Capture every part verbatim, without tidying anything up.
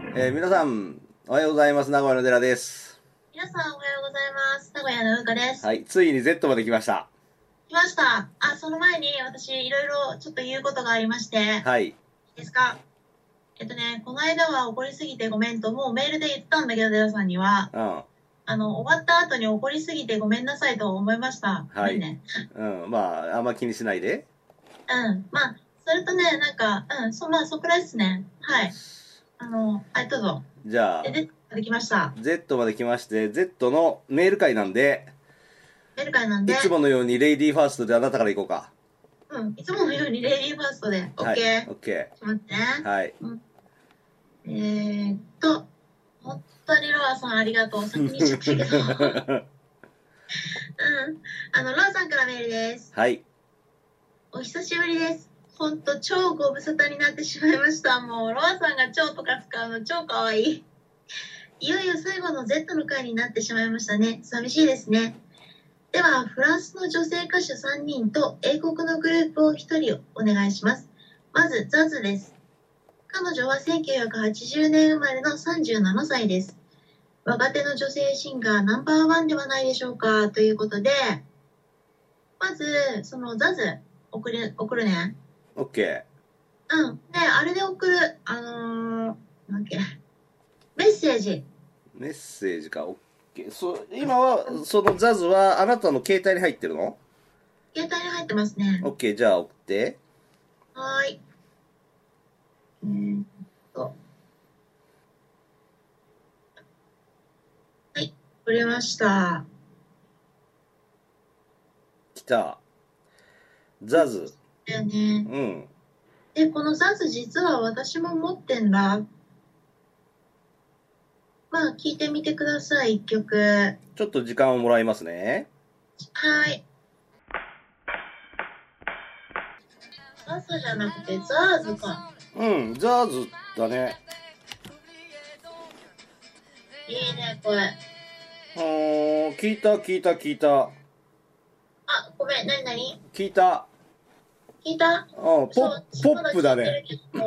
えー、皆さん、おはようございます。名古屋の寺です。 皆さんおはようございます。名古屋のうかです。 はい、ついに Z まで来ました。 来ました。あ、その前に私いろいろちょっと言うことがありまして。 はい。いいですか？えっとね、この間は怒りすぎてごめんと、もうメールで言ったんだけど、寺さんには。 うん。 あの、終わった後に怒りすぎてごめんなさいと思いました。 はい。 ね。 うん、まあ、あんま気にしないで。 うん。まあ、それとね、なんか、うん、そ、まあ、そこらいですね。はい。あの、はい、どうぞ。 じゃあ、 で、で、できました。 Z まで来まして、Z のメール会なんで、 メール会なんで、 いつものようにレイディーファーストであなたから行こうか。 うん、いつものようにレディーファーストで、 はい。 OK。 OK。 ちょっと待ってね。 はい。 うん、えーっと、本当にロアさんありがとう。先に言っちゃったけど。うん。あの、ロアさんからメールです。 はい。 お久しぶりです。ほんと、超ご無沙汰になってしまいました。もう、ロアさんが超とか使うの超かわいい。いよいよ最後の Z の回になってしまいましたね。寂しいですね。では、フランスの女性歌手さんにんと英国のグループをひとりお願いします。まず、ザズです。彼女はせんきゅうひゃくはちじゅうねん生まれのさんじゅうななさいです。若手の女性シンガーナンバーワンではないでしょうかということで、まず、そのザズ送る、送るね。 OK。 うん。で、あれで送る、あのー、なんだっけ、メッセージ。 メッセージか。OK。そ、今は、そのザズはあなたの携帯に入ってるの？ 携帯に入ってますね。 OK、じゃあ送って。 はーい。えーっと。はい、送りました。 来た。ザズ。 だよね。 うん。 で、このザズ実は私も持ってんだ。まあ、聞いてみてください、一曲。 ちょっと時間をもらいますね。 はい。ザズじゃなくてザーズか。 うん、ザーズだね。 いいね、これ。 あー、聞いた聞いた聞いた。 あ、ごめん、なになに聞いた。 聞いた？ あポポップだね。 うん。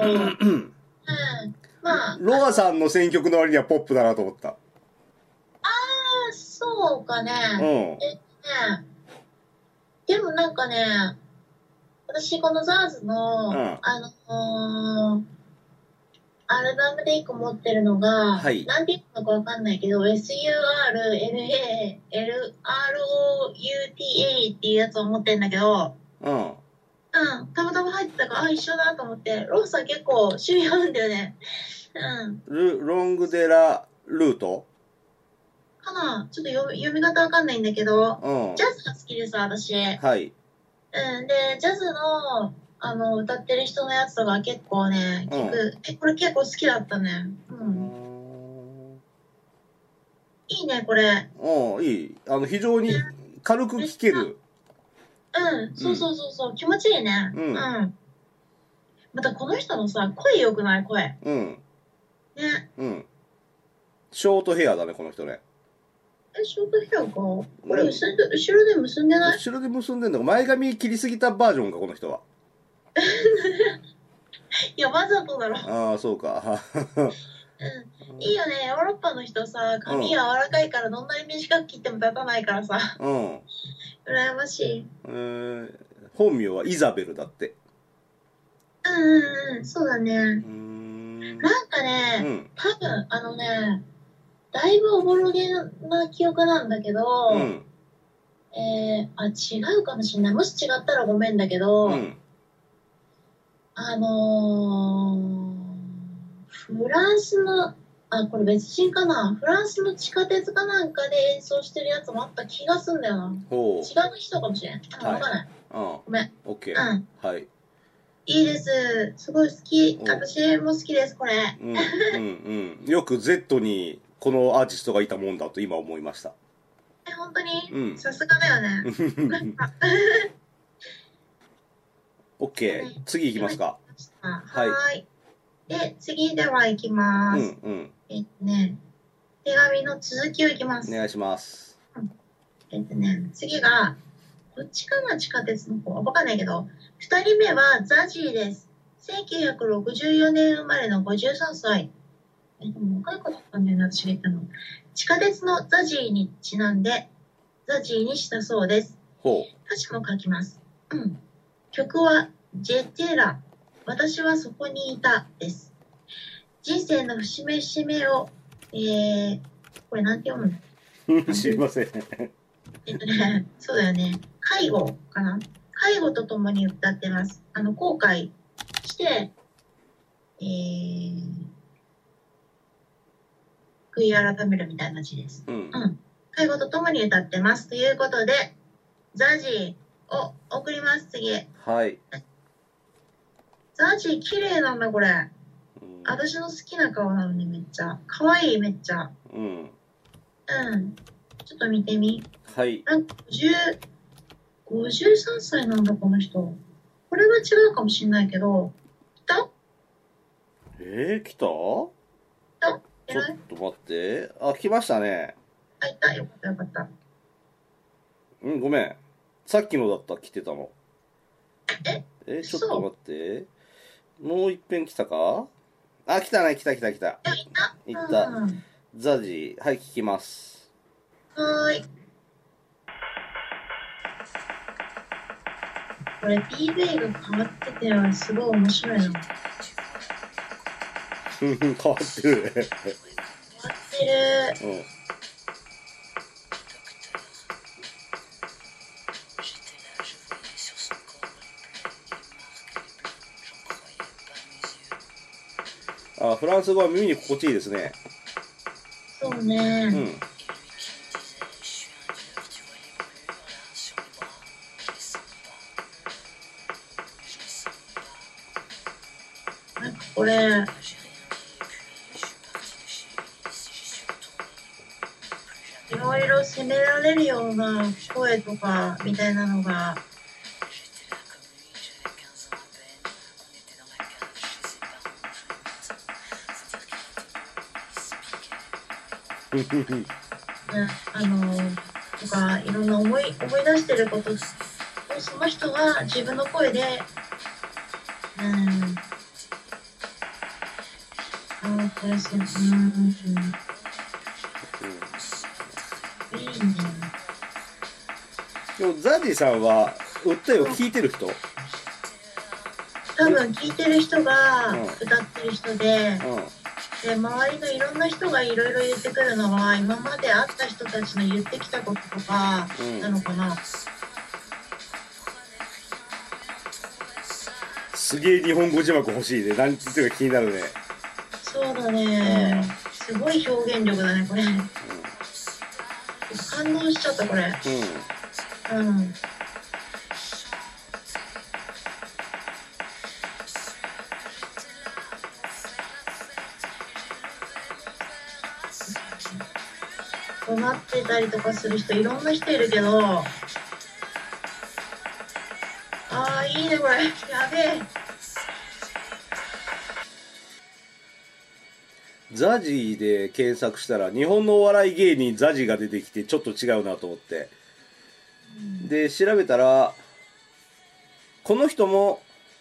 まあ。 ロアさんの選曲の割にはポップだなと思った。ああ、そうかね。 うん。 えっとね。でもなんかね、私このザーズの、うん、あのー、アルバムでいっこ持ってるのが、はい、なんていうのかわかんないけど、エスユーアールエルエーエルアールオーユーティーエー っていうやつを持ってるんだけど、うん。うん、たまたま入ってたから、あ、一緒だと思って、ローさん結構趣味合うんだよね。うん。 ルロングデラルートかな、ちょっと読み読み方わかんないんだけど、うん、ジャズが好きでさ、私。はい。うん、で、ジャズの、あの、歌ってる人のやつとか結構ね、聞く。うん、え、これ結構好きだったね。うん。いいね、これ。 うん、いい。あの、非常に軽く聴ける。 うん、そうそうそうそう、気持ちいいね。うん。うん、またこの人のさ、声良くない？声。うん。ね。 うん。ショートヘアだね、この人ね。 え、ショートヘアか。これ、後ろで、後ろで結んでない？ 後ろで結んでんのか。前髪切りすぎたバージョンか、この人は。 いや、わざとだろ。 ああ、そうか。 うん。いいよね。ヨーロッパの人さ、髪柔らかいからどんなに短く切っても立たないからさ。うん。羨ましい。 えー、本名はイザベルだって。 うんうんうん、そうだね。うん。なんかね、うん、多分、あのね、だいぶおぼろげな記憶なんだけど、うん、えー、あ、違うかもしれない。もし違ったらごめんだけど、うん、あのー、フランスの、あ、これ別人かな。フランスの地下鉄かなんかで演奏してるやつもあった気がすんだよな。違う人かもしれん。あ、わかんない。うん。ごめん。 オッケー。うん。はい。 いいです。すごい好き。私も好きです、これ。うん、うん、 うん。よく Z にこのアーティストがいたもんだと今思いました。 え、本当に？うん。さすがだよね。 オッケー。次行きますか。 はい。はい。で、次では行きます。うんうん。えっとね、手紙の続きを行きます。 お願いします。 うん、えっとね、次が、どっちかな、地下鉄の方。わかんないけど、二人目はザジーです。せんきゅうひゃくろくじゅうよねん生まれのごじゅうさんさい。 え、でも若い子だったんだよね、私が言ったの。地下鉄のザジーにちなんで、ザジーにしたそうです。 ほ歌詞も書きます。うん。曲は、ジェテラ、私はそこにいたです。人生の節目節目を、えー、これなんて読むの？ う。知りません。 えっとね、そうだよね。介護かな？介護とともに歌ってます。あの、後悔して、えー、悔い改めるみたいな字です。 うん。 うん。介護とともに歌ってます。ということで、ザジーを送ります。次。 はい。 ザジー綺麗なんだ、これ。 うん。 私の好きな顔なのにめっちゃ。可愛い、めっちゃ。 うん。 うん。ちょっと見てみ。 はい。 なんかごじゅう、ごじゅうさんさいなんだ、この人。これは違うかもしんないけど、来たえー、来た？ 来たちょっ偉いと待って。あ、来ましたね。 あ、いた。よかった、よかった。 うん、ごめん。さっきのだった、来てたの。 ええ、ちょっと待って。もう一遍来たか？あ、来たね、来た来た来た。 え、いたいったうん、 ザジー。はい、聞きます。 はーい。これ ピーブイ が変わってて、すごい面白いな。変わ変わってるね。 ってる。 うん。あ、フランス語は耳に心地いいですね。 そうね。 うん。 なんかこれ、いろいろ責められるような声とかみたいなのが、ね、あの、とか、いろんな思い、思い出してることを、その人が自分の声で、うん、ああ、これそう、うん、いいね。 でもザジーさんは訴えを聞いてる人？ 多分聞いてる人がうん歌ってる人で、 うで、周りのいろんな人がいろいろ言ってくるのは、今まで会った人たちの言ってきたこととかん。うん。 なのかな。 すげえ日本語字幕欲しいね。何て言ってるか気になるね。 そうだね。すごい表現力だね、これ。感動しちゃった、これ。 うん。うん。 うん。困ってたりとかする人、いろんな人いるけど、ああ、いいね、これ。やべえ。 ザジーで検索したら日本のお笑い芸人ザジーが出てきてちょっと違うなと思って。で、調べたら、この人も、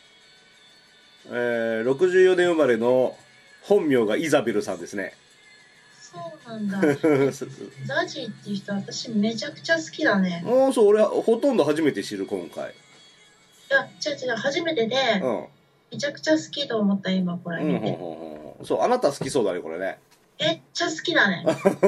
えー、ろくじゅうよねん生まれの本名がイザベルさんですね。 そうなんだ。ザジーっていう人、私めちゃくちゃ好きだね。 もうそう、俺はほとんど初めて知る、今回。 いや、違う違う、初めてで、 うん。 めちゃくちゃ好きと思った、今これうん、 見て。 ほんほんほんほん。そう、あなた好きそうだね、これね。 めっちゃ好きだね。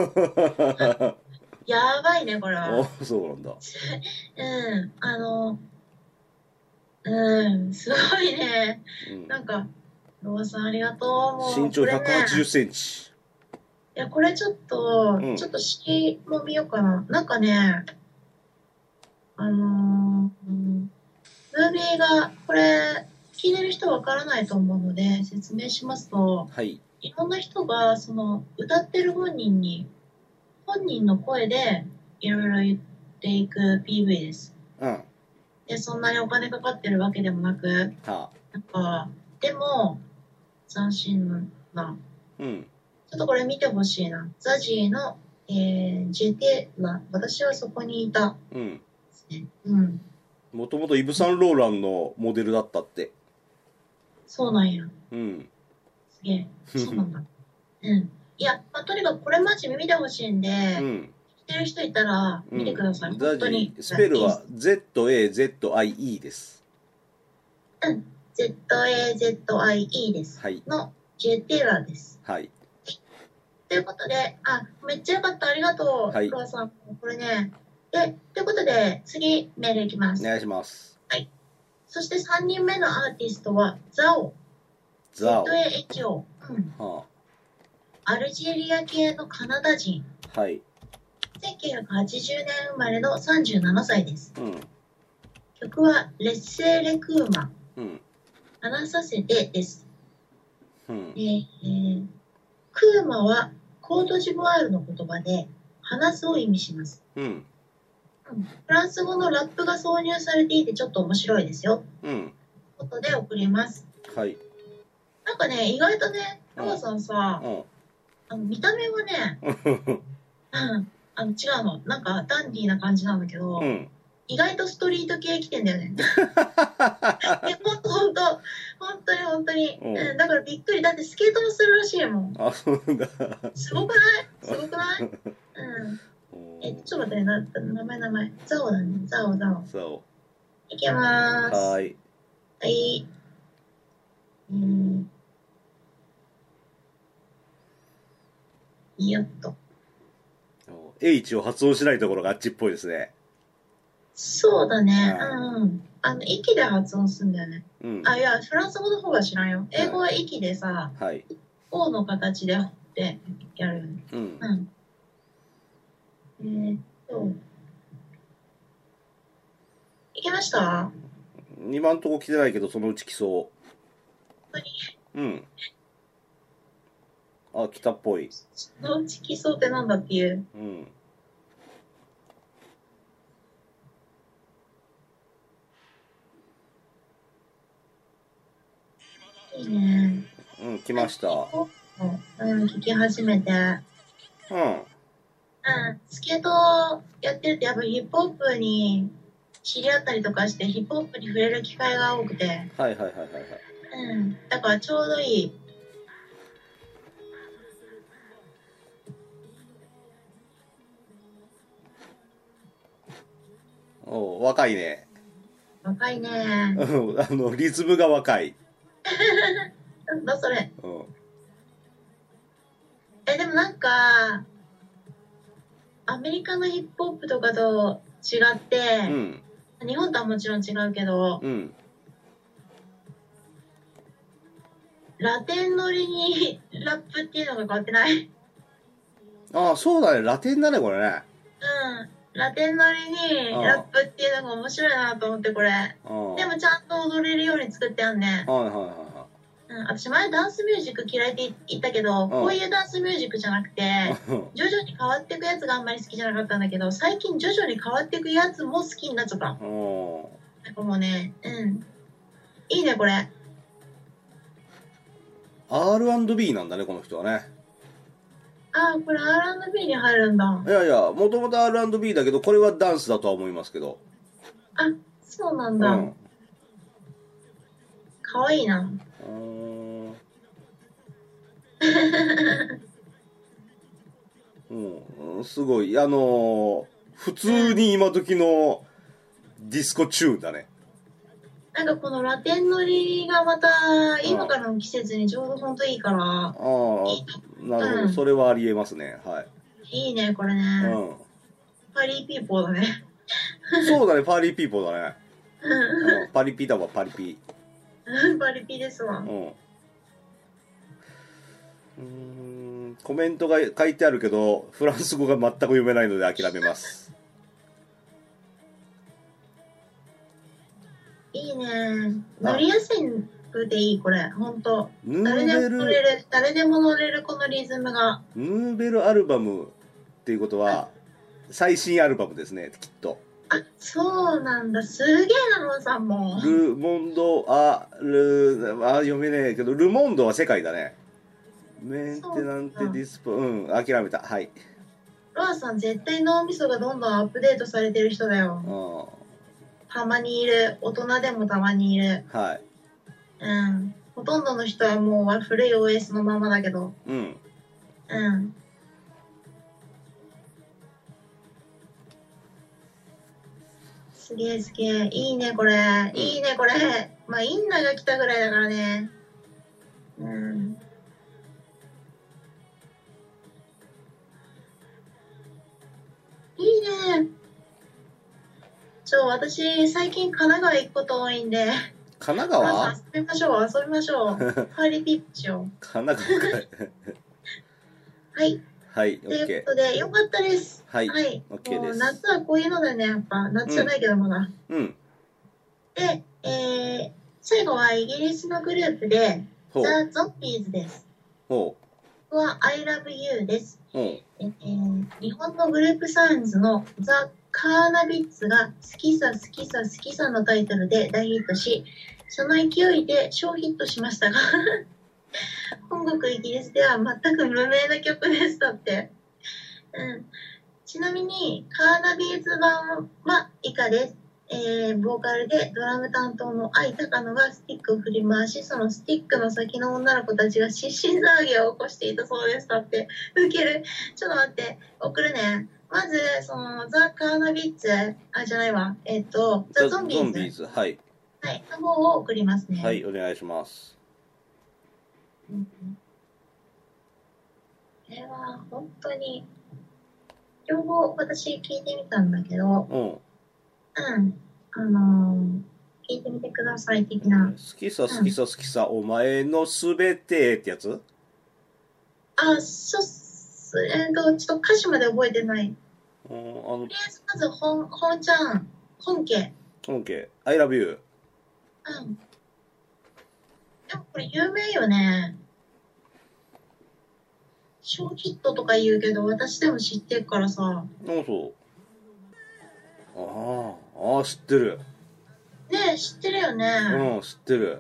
やばいね、これは。 お、そうなんだ。 うん、あの、うん、すごいね。 うん、 なんか、ロバさんありがとう。もう身長これねひゃくはちじゅっセンチ。 いや、これちょっと、 うんちょっと式も見ようかな。なんかね、あのー、ムービーが、これ、聞いてる人わからないと思うので、説明しますと、 はい。 いろんな人が、その、歌ってる本人に、本人の声で、いろいろ言っていく ピーブイ です。 うん。はで、そんなにお金かかってるわけでもなく、 あ。 なんか、でも、斬新な、 うん。 ちょっとこれ見てほしいな。ザジーの、えー、ジェテラ、私はそこにいた。 うん。 ですね。うん。 もともとイブ・サンローランのモデルだったって。 そうなんや。 うん。 すげえ。そうなんだ。 うん。いや、まあ、とにかくこれマジ見てほしいんで、 うん。 知ってる人いたら見てください。 うん、 本当に。 スペルは ゼットエーゼットアイイー です。 うん。ゼットエーゼットアイイー です。 はい。 のジェテラです。 はい。 ということで、あ、めっちゃよかった。ありがとう。 はい。 ロアさん。これね。で、ということで、次、メールいきます。 お願いします。 はい。そしてさんにんめのアーティストは、ザオ。 ザオ。 ゼットエーエイチオー。うん。はあ、アルジェリア系のカナダ人。 はい。 せんきゅうひゃくはちじゅうねん生まれのさんじゅうななさいです。 うん。 曲は、レッセーレクーマ。 うん。 話させてです。 うん。 えー、クーマは、コートジボワールの言葉で、話すを意味します。 うん。 フランス語のラップが挿入されていてちょっと面白いですよ。 うん。 ことで送ります。 はい。 なんかね、意外とね、ロバさんさ、 うん、 あの見た目はね、あの違うの。なんかダンディーな感じなんだけど、うん、意外とストリート系来てんだよね。え、ほんとほんと、ほんとにほんとに、うん。だからびっくり。だってスケートもするらしいもん。 あ、そうだ。 すごくないすごくないうん。え、ちょっと待ってね、な名前名前。ザオだね。ザオザオ。 ザオ。 いきまーす。 はい。 はい。うん。よっと。 H を発音しないところがあっちっぽいですね。 そうだね。うん。あの、息で発音するんだよね。うん。あ、いや、フランス語の方は知らんよ。英語は息でさ、はい。O の形でってやるよね。うん。うん。えー、っと。いけました？ 今んとこ来てないけど、そのうち来そう。 本当に？ うん。あ、来たっぽい。 そのうち来そうってなんだっていう。うん。いいね。 うん、来ました。 うん、聞き始めて。うん。うん。スケートやってるとやっぱヒップホップに知り合ったりとかしてヒップホップに触れる機会が多くて。はいはいはいはいはい。 うん。だからちょうどいい。 おう、若いね。 若いね。 あの、リズムが若い。 なんだそれ。うん。え、でもなんか、アメリカのヒップホップとかと違って、うん、日本とはもちろん違うけど、うん、ラテン乗りにラップっていうのが変わってない？ ああ、そうだね。ラテンだね、これね。 うん。ラテン乗りにラップっていうのが面白いなと思って、これ。でもちゃんと踊れるように作ってあんね。はいはいはい。うん、私前ダンスミュージック嫌いって言ったけど、こういうダンスミュージックじゃなくて、徐々に変わっていくやつがあんまり好きじゃなかったんだけど、最近徐々に変わっていくやつも好きになっちゃった。なんかもうね、うん。いいね、これ。 アールアンドビー なんだね、この人はね。 ああ、これ アールアンドビー に入るんだ。 いやいや、もともと アールアンドビー だけど、これはダンスだとは思いますけど。 あ、そうなんだ。うん、かわいいな。うんうん、すごい。あのー、普通に今時のディスコチューンだね。 なんかこのラテン乗りがまた今からの季節にちょうどほんといいから。ああ、 なるほど、うん、それはありえますね。はい。 いいね、これね。うん。パリーピーポーだね。 そうだね、パリーピーポーだね。うん、パリピだわ、パリピ。 パリピですわ。うん。 うーん、コメントが書いてあるけど、フランス語が全く読めないので諦めます。 いいね。乗りやすいくていい、これ。ほんと。誰でも乗れる、誰でも乗れるこのリズムが。 ヌーベルアルバムっていうことは、最新アルバムですね、きっと。 あ、そうなんだ。すげえな、ロンさんも。 ルモンド、あ、ル、あ、読めねえけど、ルモンドは世界だね。メンテナンテディスポ、うん、諦めた。はい。 ロンさん、絶対脳みそがどんどんアップデートされてる人だよ。たまにいる。大人でもたまにいる。はい。うん。ほとんどの人はもう古い オーエス のままだけど。うん。 うん。すげえすげえ。いいね、これ。 うんいいね、これ。まあ、インナーが来たぐらいだからね。うん。いいね。ちょ、私、最近神奈川行くこと多いんで、 神奈ロラさん川遊びましょう、遊びましょう。パーリーピープしよ神奈川かい。 う。はい。 はい、 という OK。 ことで、よかったです。 はいはい。 OK もう、 です夏はこういうのだよね、やっぱ。夏じゃないけど、まだ。 うん。 で、えー、最後はイギリスのグループで、 ほう。 ザ・ゾンビーズです。 ほここは I love you です。 う。うん。 えー日本のグループサウンズのザ・カーナビッツが好きさ好きさ好きさのタイトルで大ヒットし、その勢いで小ヒットしましたが、本国イギリスでは全く無名な曲でしたって。うん、ちなみに、カーナビーズ版は以下です。えー、ボーカルでドラム担当の愛高野がスティックを振り回し、そのスティックの先の女の子たちが失神騒ぎを起こしていたそうです。だって、ウケる。ちょっと待って、送るね。まず、その、ザ・カーナビッツ、あ、じゃないわ。えっ、と、ザ・ザ・ゾンビーズ。 ゾンビーズ。はい。 はい、の方を送りますね。 はい、お願いします。 うんこれは本当に、両方私聞いてみたんだけど、 うん。 うん、あのー聞いてみてください的な。 好きさ好きさ好きさ、お前のすべてってやつあ、そうっす。えっと、ちょっと歌詞まで覚えてない。 うん、あのとり、あえずまず本、本ちゃん、本家。 OK。I love you。 うん。でもこれ有名よね。小ヒットとか言うけど、私でも知ってるからさ。 あ、そう。ああ、ああ、知ってる。 ねえ、知ってるよね。 うん、知ってる。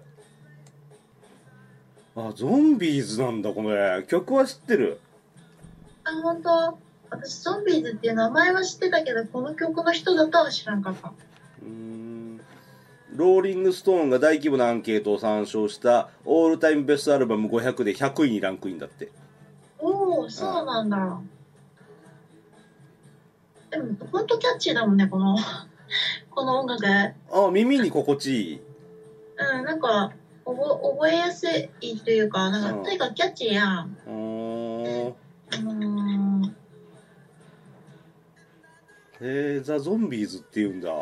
あ、ゾンビーズなんだ、これ。曲は知ってる。 あ、本当。私、ゾンビーズっていう名前は知ってたけど、この曲の人だとは知らんかった。 うーん。ローリングストーンが大規模なアンケートを参照したオールタイムベストアルバムごひゃくでひゃくいにランクインだって。 おお、そうなんだ。でも、ほんとキャッチーだもんね、この、この音楽。 あ、耳に心地いい。 うん、なんか、おぼ覚えやすいというか、なんか、 うんとにかくキャッチーやん。 うーん。へあのー、 え、ザ・ゾンビーズって言うんだ。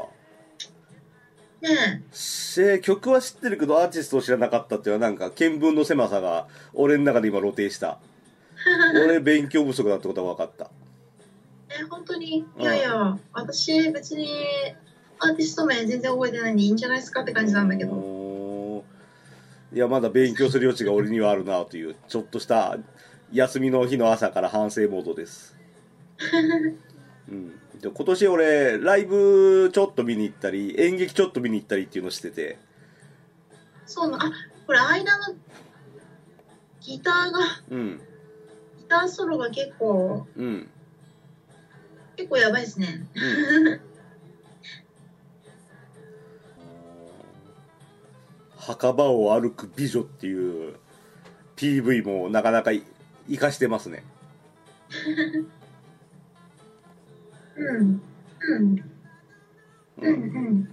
ねせ曲は知ってるけどアーティストを知らなかったっていうのはなんか見聞の狭さが俺の中で今露呈した。俺勉強不足だってことは分かった。 え、本当に、いやいや、私別にアーティスト名全然覚えてないんでいいんじゃないですかって感じなんだけど。 ど。いや、まだ勉強する余地が俺にはあるなという、ちょっとした休みの日の朝から反省モードです。うん、で今年俺ライブちょっと見に行ったり演劇ちょっと見に行ったりっていうのしてて。 そうな、あ、これ間のギターが、 うんギターソロが結構、 うん結構やばいですね。 うん墓場を歩く美女っていう ピーブイ もなかなか生かしてますね。 うん。うん。うんうん。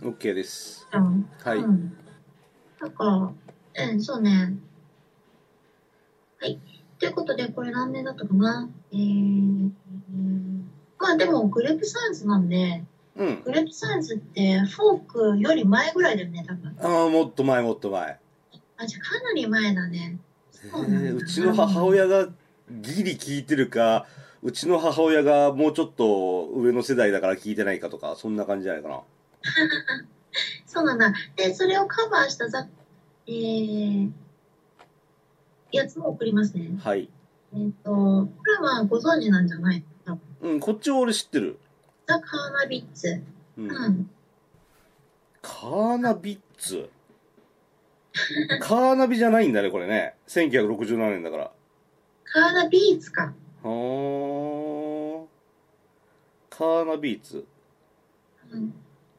OK です。 うん。 はい、 うん。なんか、うん、そうね。はい。ということで、これ何年だったかなえー、まあでもグループサウンズなんで、 うん、 グループサウンズってフォークより前ぐらいだよね、多分。 ああもっと前もっと前。 あ、じゃあかなり前だね。 えそうなんだー、うちの母親がギリ聞いてるか、うちの母親がもうちょっと上の世代だから聞いてないかとか、そんな感じじゃないかな。 そうなんだ。で、それをカバーしたザ、えー、やつも送りますね。 はい。 えっ、と、これはご存知なんじゃない多分。 うん、こっちは俺知ってる。 ザ・カーナビッツ。 う。 うんん。 カーナビッツ。カーナビじゃないんだね、これね。せんきゅうひゃくろくじゅうななねんだから。 カーナビーツか。 はー。カーナビーツ。 うん。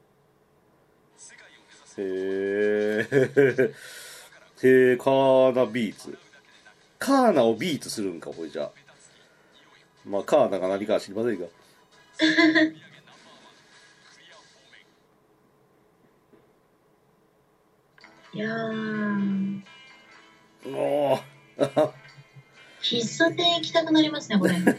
へー。へー、カーナビーツ。カーナをビーツするんか、これじゃあ。 まあカーナが何かは知りませんが。 いやー、 おー喫茶店行きたくなりますね、これ。い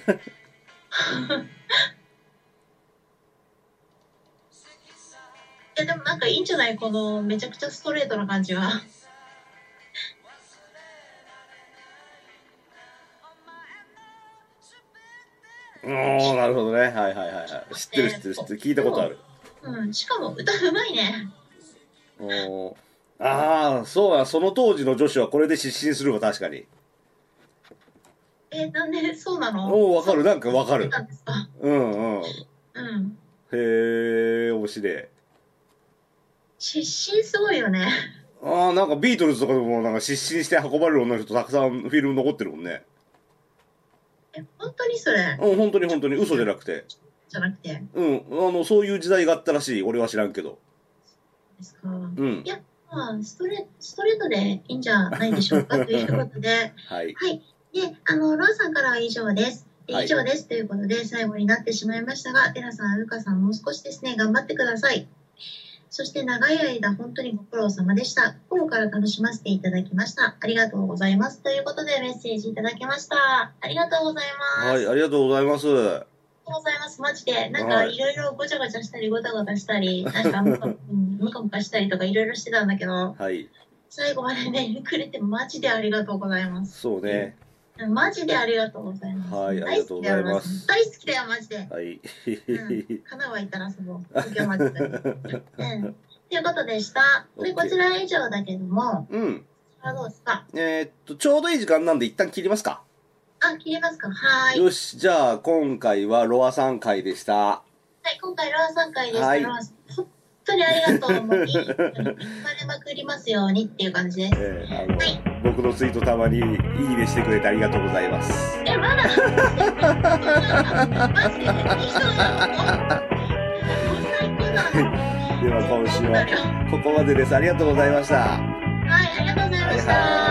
や、でもなんかいいんじゃない？このめちゃくちゃストレートな感じは。 おー、なるほどね。はいはいはいはい。知ってる知ってる知ってる。聞いたことある。 うん、しかも歌うまいね。 おー、ああ、そうや、その当時の女子はこれで失神するわ、確かに。 え、なんでそうなの？ おお、わかる、なんかわかる。 なんですか？ うんうん。 うん。 へえ、面白い。 失神すごいよね。 ああ、なんかビートルズとかでもなんか失神して運ばれる女の人たくさんフィルム残ってるもんね。 え、本当にそれ？ うん、本当に本当に嘘じゃなくて。 じゃなくて。 うん、あの、そういう時代があったらしい。俺は知らんけど。 ですか。 うん。 いや、まあ、ストレ、ストレートでいいんじゃないでしょうかということで。 はい。 はい。で、あの、ロアさんからは以上です。ではい以上ですということで最後になってしまいましたが、テラさん、ルカさん、もう少しですね、頑張ってください。そして長い間、本当にご苦労様でした。心から楽しませていただきました。ありがとうございます。ということで、メッセージいただきました。ありがとうございます。 はい、ありがとうございます。 ありがとうございます。マジで、なんかはいいろいろごちゃごちゃしたり、ごたごたしたり、なんかムカうんムカムカしたりとかいろいろしてたんだけど、 はい。 最後までね、くれてマジでありがとうございます。 そうね。 マジでありがとうございます。 はい、ありがとうございます。 大好きだよ、マジで。 はい。 うん。かなわいたら遊ぼう。東京マジで。うん。ということでした。で、こちら以上だけども、 うん。 あどうですか？ えーっと、ちょうどいい時間なんで一旦切りますか。 あ、切れますか？はーい。 よし、じゃあ今回はロアさん回でした。 はい、今回ロアさん回でした。 はいロアさん、本当にありがとう。もういい、いっぱいまくりますようにっていう感じです。 えーあのはい僕のツイートたまにいいねしてくれてありがとうございます。 え、まだマジでいい人だよ。もう最高だ。 では今週はここまでです。ありがとうございました。 はい、ありがとうございました。 はいはい